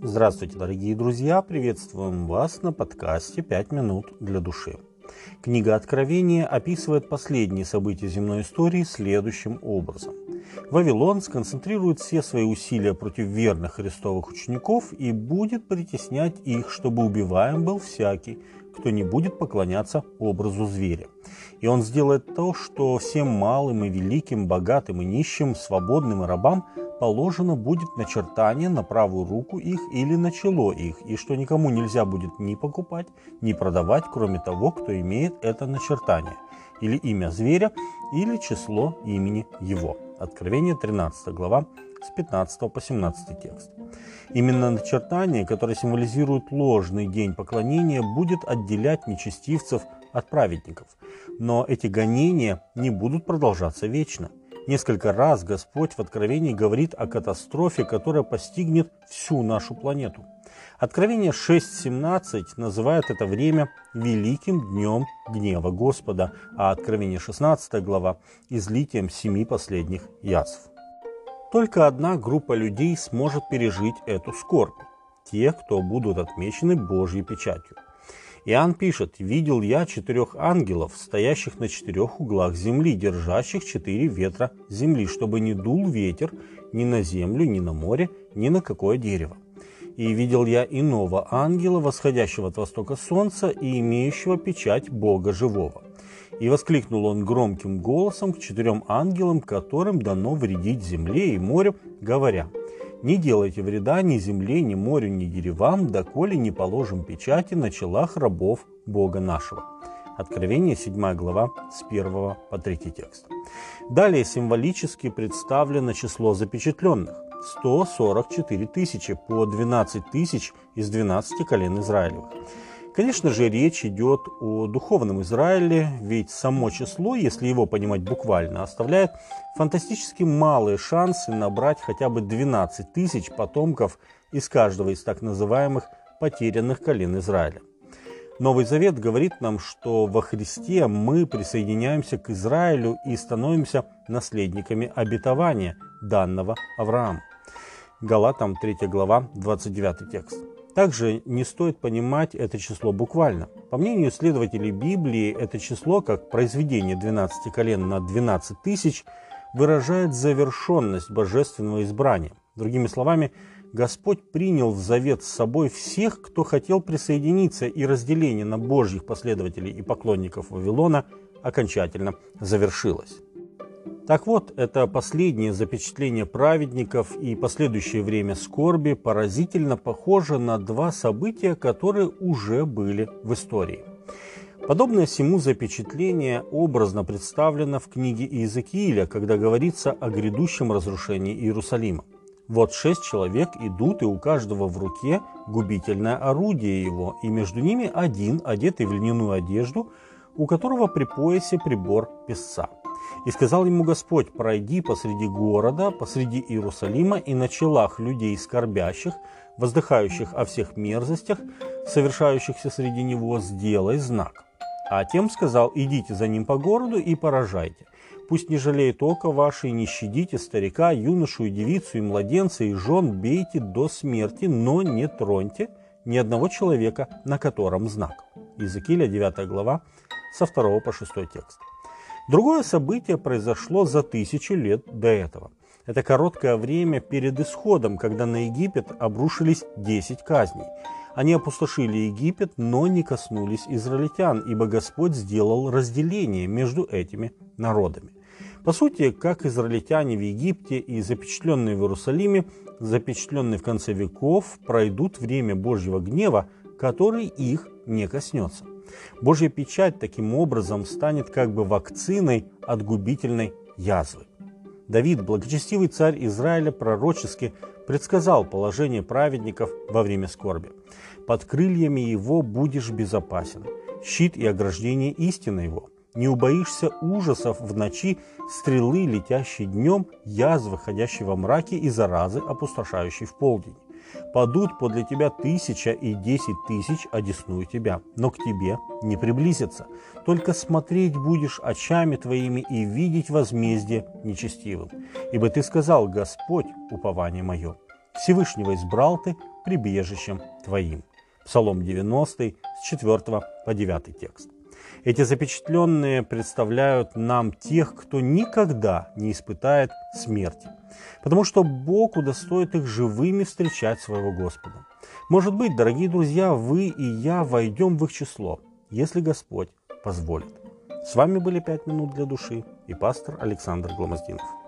Здравствуйте, дорогие друзья! Приветствуем вас на подкасте «5 минут для души». Книга Откровения описывает последние события земной истории следующим образом. Вавилон сконцентрирует все свои усилия против верных христовых учеников и будет притеснять их, чтобы убиваем был всякий, кто не будет поклоняться образу зверя. И он сделает то, что всем малым и великим, богатым и нищим, свободным и рабам положено будет начертание на правую руку их или на чело их, и что никому нельзя будет ни покупать, ни продавать, кроме того, кто имеет это начертание, или имя зверя, или число имени его. Откровение 13 глава, с 15 по 17 текст. Именно начертание, которое символизирует ложный день поклонения, будет отделять нечестивцев от праведников. Но эти гонения не будут продолжаться вечно. Несколько раз Господь в Откровении говорит о катастрофе, которая постигнет всю нашу планету. Откровение 6.17 называет это время великим днем гнева Господа, а Откровение 16 глава – излитием 7 последних язв. Только одна группа людей сможет пережить эту скорбь – те, кто будут отмечены Божьей печатью. Иоанн пишет: «Видел я 4 ангелов, стоящих на 4 углах земли, держащих 4 ветра земли, чтобы не дул ветер ни на землю, ни на море, ни на какое дерево. И видел я иного ангела, восходящего от востока солнца и имеющего печать Бога живого. И воскликнул он громким голосом к 4 ангелам, которым дано вредить земле и морю, говоря: не делайте вреда ни земле, ни морю, ни деревам, доколе не положим печати на челах рабов Бога нашего». Откровение 7 глава, с 1 по 3 текст. Далее символически представлено число запечатленных – 144 тысячи по 12 тысяч из 12 колен Израилевых. Конечно же, речь идет о духовном Израиле, ведь само число, если его понимать буквально, оставляет фантастически малые шансы набрать хотя бы 12 тысяч потомков из каждого из так называемых потерянных колен Израиля. Новый Завет говорит нам, что во Христе мы присоединяемся к Израилю и становимся наследниками обетования, данного Аврааму. Галатам 3 глава, 29 текст. Также не стоит понимать это число буквально. По мнению исследователей Библии, это число, как произведение 12 колен на 12 тысяч, выражает завершенность божественного избрания. Другими словами, Господь принял в завет с собой всех, кто хотел присоединиться, и разделение на Божьих последователей и поклонников Вавилона окончательно завершилось. Так вот, это последнее запечатление праведников и последующее время скорби поразительно похоже на 2 события, которые уже были в истории. Подобное сему запечатление образно представлено в книге Иезекииля, когда говорится о грядущем разрушении Иерусалима. «Вот 6 человек идут, и у каждого в руке губительное орудие его, и между ними один, одетый в льняную одежду, у которого при поясе прибор песца. И сказал ему Господь: пройди посреди города, посреди Иерусалима, и на челах людей скорбящих, воздыхающих о всех мерзостях, совершающихся среди него, сделай знак. А тем сказал: идите за ним по городу и поражайте. Пусть не жалеет око ваше, и не щадите старика, юношу и девицу, и младенца, и жен бейте до смерти, но не троньте ни одного человека, на котором знак». Иезекииля 9 глава, со 2 по 6 текст. Другое событие произошло за 1000 лет до этого. Это короткое время перед исходом, когда на Египет обрушились 10 казней. Они опустошили Египет, но не коснулись израильтян, ибо Господь сделал разделение между этими народами. По сути, как израильтяне в Египте и запечатленные в Иерусалиме, запечатленные в конце веков, пройдут время Божьего гнева, который их не коснется. Божья печать таким образом станет как бы вакциной от губительной язвы. Давид, благочестивый царь Израиля, пророчески предсказал положение праведников во время скорби. «Под крыльями его будешь безопасен, щит и ограждение истины его. Не убоишься ужасов в ночи, стрелы, летящей днем, язвы, ходящей во мраке, и заразы, опустошающей в полдень. Падут подле тебя 1000 и 10 000 одесную тебя, но к тебе не приблизятся. Только смотреть будешь очами твоими и видеть возмездие нечестивым. Ибо ты сказал: Господь, упование мое. Всевышнего избрал ты, прибежищем твоим». Псалом 90, с 4 по 9 текст. Эти запечатленные представляют нам тех, кто никогда не испытает смерти, потому что Бог удостоит их живыми встречать своего Господа. Может быть, дорогие друзья, вы и я войдем в их число, если Господь позволит. С вами были 5 минут для души и пастор Александр Гломоздинов.